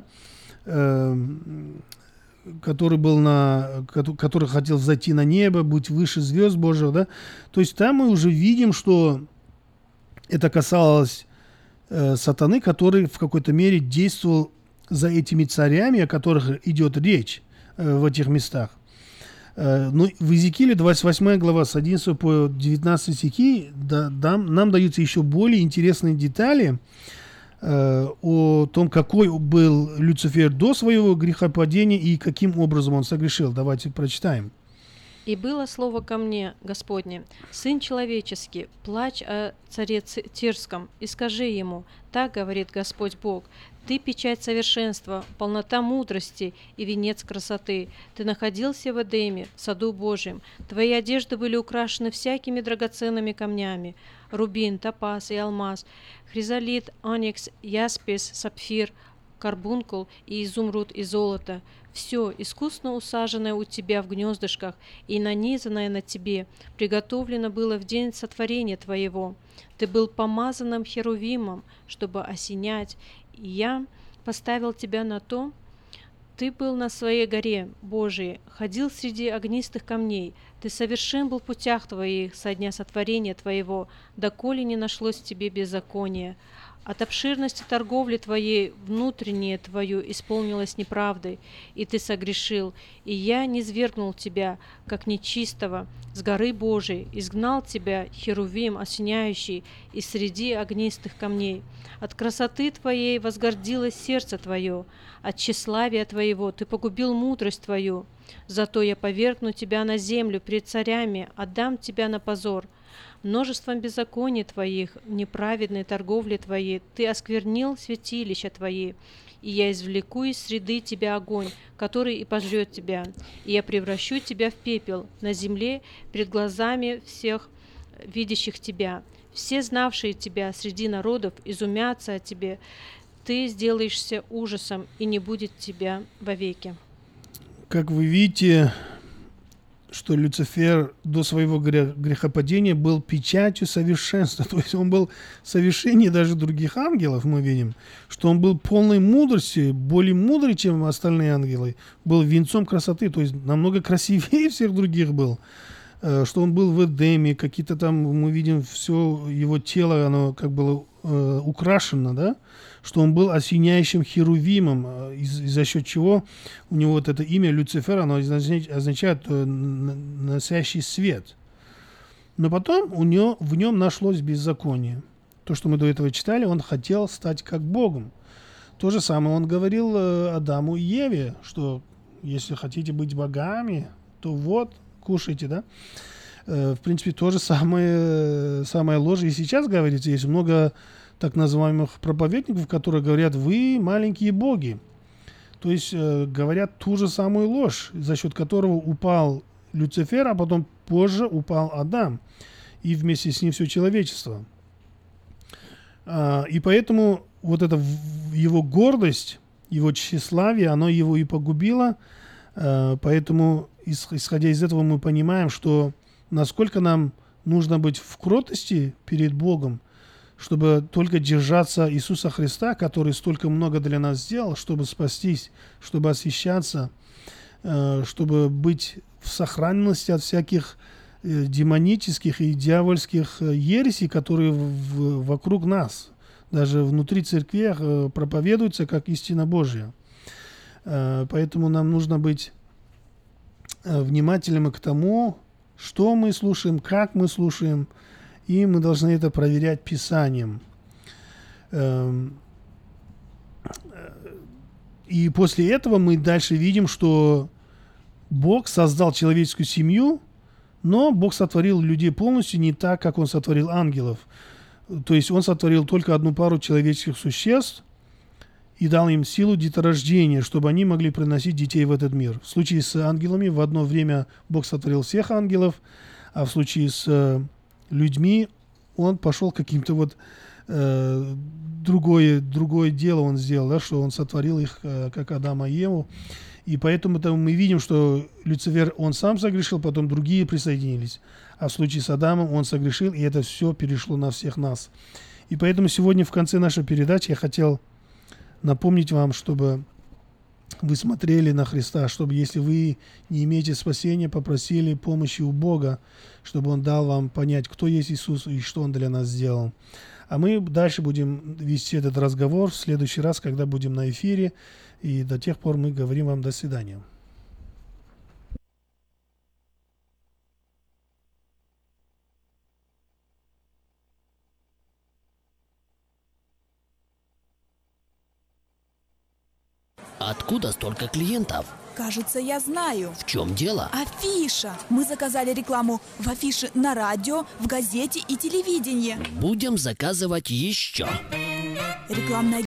который хотел взойти на небо, быть выше звезд Божьих, да. То есть там мы уже видим, что это касалось сатаны, который в какой-то мере действовал за этими царями, о которых идет речь в этих местах. Но в Иезекииле 28 глава с 11 по 19 стихи нам даются еще более интересные детали о том, какой был Люцифер до своего грехопадения и каким образом он согрешил. Давайте прочитаем. «И было слово ко мне, Господне, сын человеческий, плачь о царе Тирском, и скажи ему: так говорит Господь Бог, ты печать совершенства, полнота мудрости и венец красоты. Ты находился в Эдеме, в саду Божьем. Твои одежды были украшены всякими драгоценными камнями: рубин, топаз и алмаз, хризолит, оникс, яспис, сапфир, карбункул и изумруд и золото. Все искусно усаженное у тебя в гнездышках и нанизанное на тебе приготовлено было в день сотворения твоего. Ты был помазанным херувимом, чтобы осенять, и я поставил тебя на то. Ты был на своей горе Божией, ходил среди огнистых камней. Ты совершен был в путях твоих со дня сотворения твоего, доколе не нашлось в тебе беззакония. От обширности торговли твоей внутреннее твое исполнилось неправдой, и ты согрешил, и я низвергнул тебя, как нечистого, с горы Божией, изгнал тебя, херувим осеняющий, из среди огнистых камней. От красоты твоей возгордилось сердце твое, от тщеславия твоего ты погубил мудрость твою. Зато я повергну тебя на землю пред царями, отдам тебя на позор. Множеством беззаконий твоих, неправедной торговли твоей, ты осквернил святилища твои, и я извлеку из среды тебя огонь, который и пожрет тебя, и я превращу тебя в пепел на земле пред глазами всех видящих тебя. Все знавшие тебя среди народов изумятся о тебе, ты сделаешься ужасом, и не будет тебя вовеки». Как вы видите, что Люцифер до своего грехопадения был печатью совершенства. То есть он был совершеннее даже других ангелов, мы видим. Что он был полной мудрости, более мудрый, чем остальные ангелы. Был венцом красоты, то есть намного красивее всех других был. Что он был в Эдеме, какие-то там, мы видим, все его тело, оно как было украшено, да? Что он был осеняющим херувимом, и за счет чего у него вот это имя Люцифер, оно означает носящий свет. Но потом в нем нашлось беззаконие. То, что мы до этого читали, он хотел стать как Богом. То же самое он говорил Адаму и Еве, что если хотите быть богами, то вот, кушайте, да. В принципе, то же самое ложь и сейчас говорится. Есть много так называемых проповедников, которые говорят: вы маленькие боги. То есть говорят ту же самую ложь, за счет которого упал Люцифер, а потом позже упал Адам. И вместе с ним все человечество. И поэтому вот эта его гордость, его тщеславие, оно его и погубило. Поэтому, исходя из этого, мы понимаем, что насколько нам нужно быть в кротости перед Богом, чтобы только держаться Иисуса Христа, который столько много для нас сделал, чтобы спастись, чтобы освящаться, чтобы быть в сохранности от всяких демонических и дьявольских ересей, которые вокруг нас, даже внутри церкви проповедуются как истина Божья. Поэтому нам нужно быть внимательными к тому, что мы слушаем, как мы слушаем, и мы должны это проверять Писанием. И после этого мы дальше видим, что Бог создал человеческую семью, но Бог сотворил людей полностью не так, как Он сотворил ангелов. То есть Он сотворил только одну пару человеческих существ и дал им силу деторождения, чтобы они могли приносить детей в этот мир. В случае с ангелами в одно время Бог сотворил всех ангелов, а в случае с людьми Он пошел каким-то вот другое дело Он сделал, да, что Он сотворил их, как Адама и Еву. И поэтому мы видим, что Люцифер, он сам согрешил, потом другие присоединились. А в случае с Адамом он согрешил, и это все перешло на всех нас. И поэтому сегодня в конце нашей передачи я хотел напомнить вам, чтобы вы смотрели на Христа, чтобы, если вы не имеете спасения, попросили помощи у Бога, чтобы Он дал вам понять, кто есть Иисус и что Он для нас сделал. А мы дальше будем вести этот разговор в следующий раз, когда будем на эфире. И до тех пор мы говорим вам до свидания. Откуда столько клиентов? Кажется, я знаю. В чем дело? Афиша. Мы заказали рекламу в афише на радио, в газете и телевидении. Будем заказывать еще. Рекламное